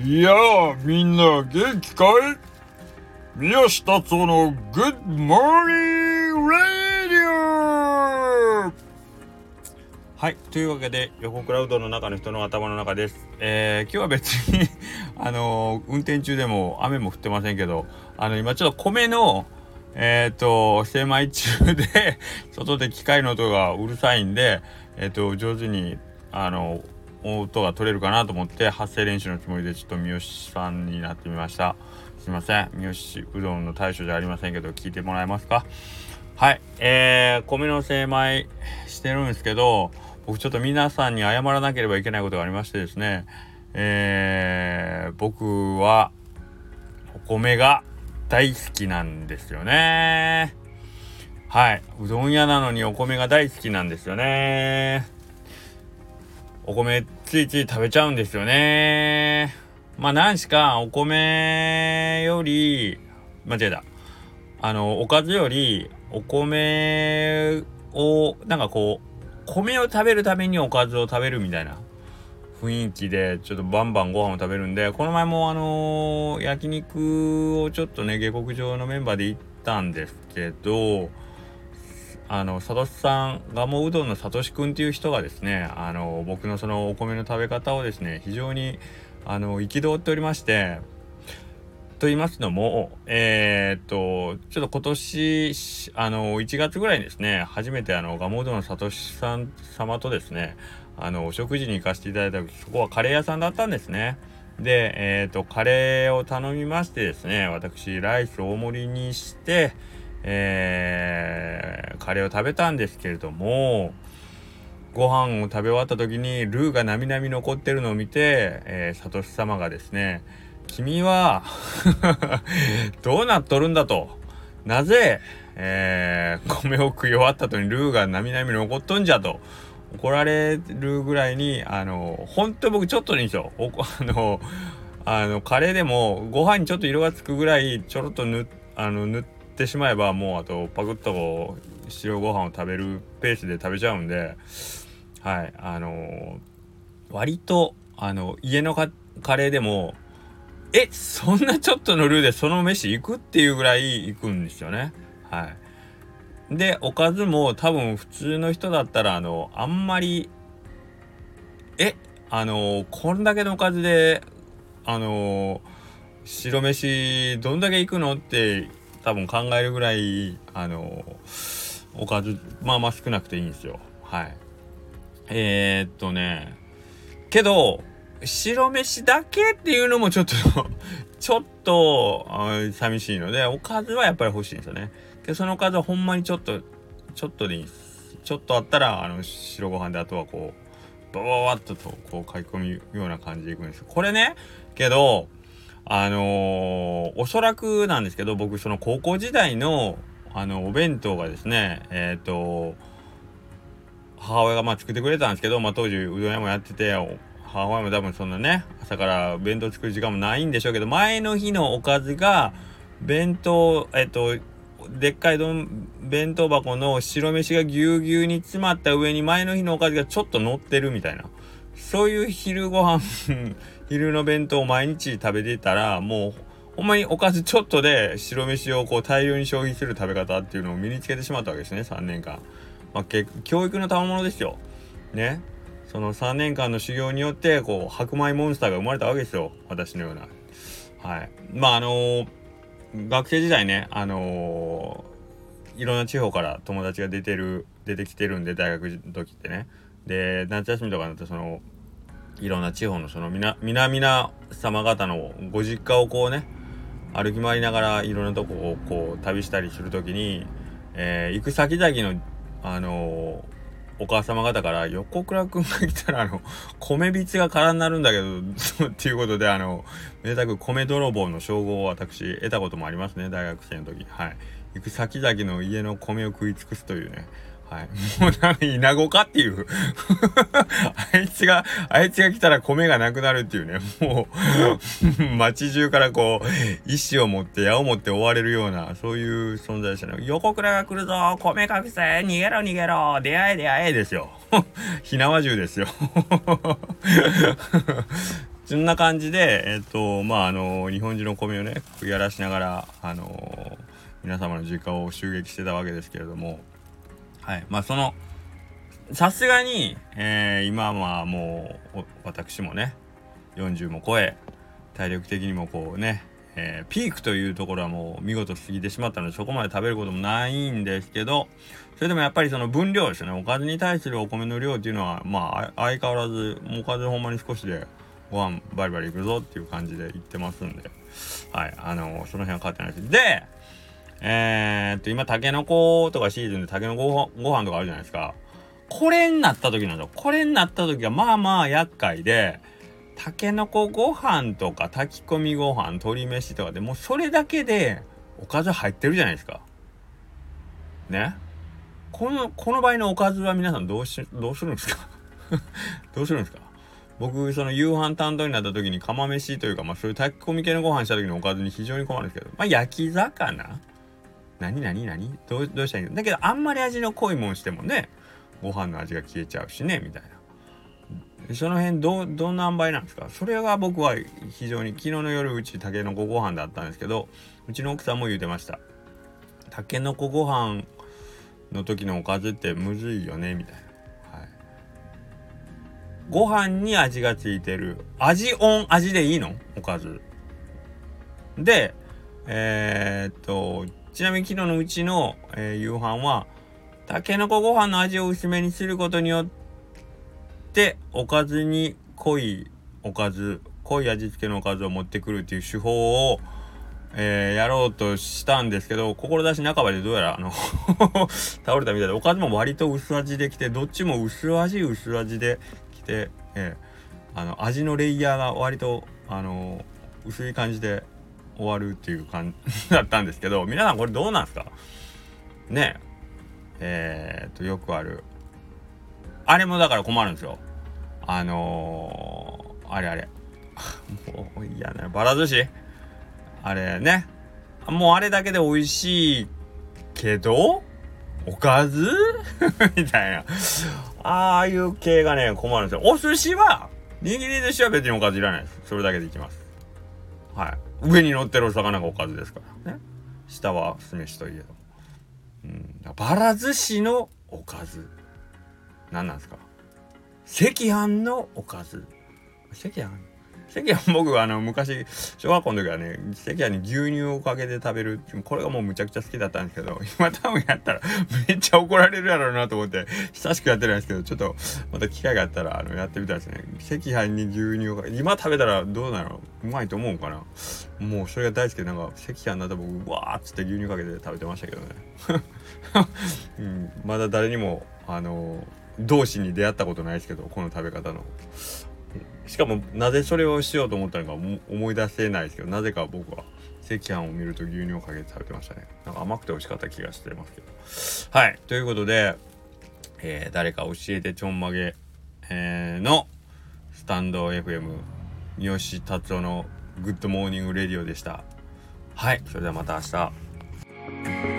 いやあ、みんな元気かい？宮下達夫のグッドモーニングラディオ。はい、というわけで横クラウドの中の人の頭の中です。今日は別に運転中でも雨も降ってませんけど、今ちょっと米の精米中で外で機械の音がうるさいんで、上手に音が取れるかなと思って発声練習のつもりでちょっと三好さんになってみました。すいません、三好うどんの大将じゃありませんけど聞いてもらえますか？はい、米の精米してるんですけど、僕ちょっと皆さんに謝らなければいけないことがありましてですね、僕はお米が大好きなんですよね。はい、うどん屋なのにお米が大好きなんですよね。お米ついつい食べちゃうんですよね。何しかお米より間違えた、おかずよりお米を米を食べるためにおかずを食べるみたいな雰囲気でちょっとバンバンご飯を食べるんで、この前も焼肉をちょっとね下克上のメンバーで行ったんですけど、サトシさん、ガモうどんのサトシくんっていう人がですね、僕のそのお米の食べ方をですね非常に憤っておりまして、と言いますのもちょっと今年1月ぐらいにですね初めてガモうどんのサトシさん様とですねお食事に行かせていただいた時、そこはカレー屋さんだったんですね。でカレーを頼みましてですね、私ライス大盛りにしてカレーを食べたんですけれども、ご飯を食べ終わった時にルーがなみなみ残ってるのを見て、サトシ様がですね、君はどうなっとるんだと、なぜ、米を食い終わった後にルーがなみなみ残っとんじゃと怒られるぐらいに本当僕ちょっとでいいんですよ。カレーでもご飯にちょっと色がつくぐらいちょろっと塗ってしまえば、もうあとパクッとこう白ご飯を食べるペースで食べちゃうんで、はい割と家のカレーでもそんなちょっとのルーでその飯行くっていうぐらい行くんですよね。はい。でおかずも多分普通の人だったらあんまりこんだけのおかずで白飯どんだけ行くのって多分考えるぐらいおかず少なくていいんですよ。はい。けど白飯だけっていうのもちょっと寂しいので、おかずはやっぱり欲しいんですよね。けどそのおかずはほんまにちょっとでいいです。ちょっとあったら白ご飯で、あとはこうバババッとこう書き込むような感じでいくんです。これね、けどおそらくなんですけど、僕その高校時代のお弁当がですね、母親が作ってくれたんですけど、当時うどん屋もやってて、母親も多分そんなね朝から弁当作る時間もないんでしょうけど、前の日のおかずが弁当でっかい弁当箱の白飯がぎゅうぎゅうに詰まった上に前の日のおかずがちょっと乗ってるみたいな、そういう昼ご飯昼の弁当を毎日食べてたら、もうほんまにおかずちょっとで白飯をこう大量に消費する食べ方っていうのを身につけてしまったわけですね、3年間。教育の賜物ですよね。その3年間の修行によってこう白米モンスターが生まれたわけですよ、私のような。はい。学生時代ねいろんな地方から友達が出てきてるんで、大学の時ってね。で夏休みとかになっていろんな地方のその皆様方のご実家をこうね歩き回りながらいろんなとこをこう旅したりするときに、行く先々のお母様方から横倉くんが来たら米びつが空になるんだけどっていうことでめでたく米泥棒の称号を私得たこともありますね、大学生の時。はい。行く先々の家の米を食い尽くすというね。はい。もう稲子かっていうあいつが来たら米がなくなるっていうね。もう街中からこう石を持って矢を持って追われるような、そういう存在でしたね。横倉が来るぞ、米隠せ、逃げろ逃げろ、出会え出会えですよ。火縄銃ですよ。 そんな感じで日本中の米をね食い荒らしながら皆様の実家を襲撃してたわけですけれども、はい、そのさすがに、今はもう私もね40も超え体力的にもこうね、ピークというところはもう見事過ぎてしまったのでそこまで食べることもないんですけど、それでもやっぱりその分量ですよね。おかずに対するお米の量っていうのは相変わらずおかずほんまに少しでご飯バリバリいくぞっていう感じで言ってますんで、はい、その辺は変わってないです。で今タケノコとかシーズンでタケノコご飯とかあるじゃないですか。これになった時なんですよ。これになった時が厄介で、タケノコご飯とか炊き込みご飯、鶏飯とかでもうそれだけでおかず入ってるじゃないですか。ね。この場合のおかずは皆さんどうするんですかどうするんですか。僕その夕飯担当になった時に釜飯というかそういう炊き込み系のご飯した時のおかずに非常に困るんですけど、焼き魚何どうしたらいいのだけど、あんまり味の濃いもんしてもねご飯の味が消えちゃうしねみたいな。その辺どんな塩梅なんですか。それが僕は非常に、昨日の夜うちタケノコご飯だったんですけど、うちの奥さんも言うてました。タケノコご飯の時のおかずってむずいよねみたいな、はい、ご飯に味がついてる味でいいのおかずで、ちなみに昨日のうちの、夕飯はタケノコご飯の味を薄めにすることによっておかずに濃い味付けのおかずを持ってくるっていう手法を、やろうとしたんですけど、志半ばでどうやら倒れたみたいで、おかずも割と薄味できて、どっちも薄味できて、味のレイヤーが割と薄い感じで終わるっていう感じだったんですけど、皆さんこれどうなんですかね。よくあるあれもだから困るんですよ。あれもう嫌なバラ寿司あれね、もうあれだけで美味しいけどおかずみたいな、ああいう系がね困るんですよ。お寿司は握り寿司は別におかずいらないです。それだけでいきます。はい、上に乗ってるお魚がおかずですからね。下は酢飯といえど、バラ寿司のおかず何なんですか。赤飯のおかず。赤飯僕は昔小学校の時はね赤飯に牛乳をかけて食べる、これがもうむちゃくちゃ好きだったんですけど、今多分やったらめっちゃ怒られるやろうなと思って久しくやってないですけど、ちょっとまた機会があったらやってみたいですね。赤飯に牛乳をかけて、今食べたらどうなの、うまいと思うかな。もうそれが大好きで、なんか赤飯になったら僕わーっつって牛乳かけて食べてましたけどねまだ誰にも同志に出会ったことないですけど、この食べ方の、しかもなぜそれをしようと思ったのか思い出せないですけど、なぜか僕は赤飯を見ると牛乳をかけて食べてましたね。なんか甘くて美味しかった気がしてますけど、はい、ということで、誰か教えてちょんまげ、のスタンド FM 三好達夫のグッドモーニングレディオでした。はい、それではまた明日。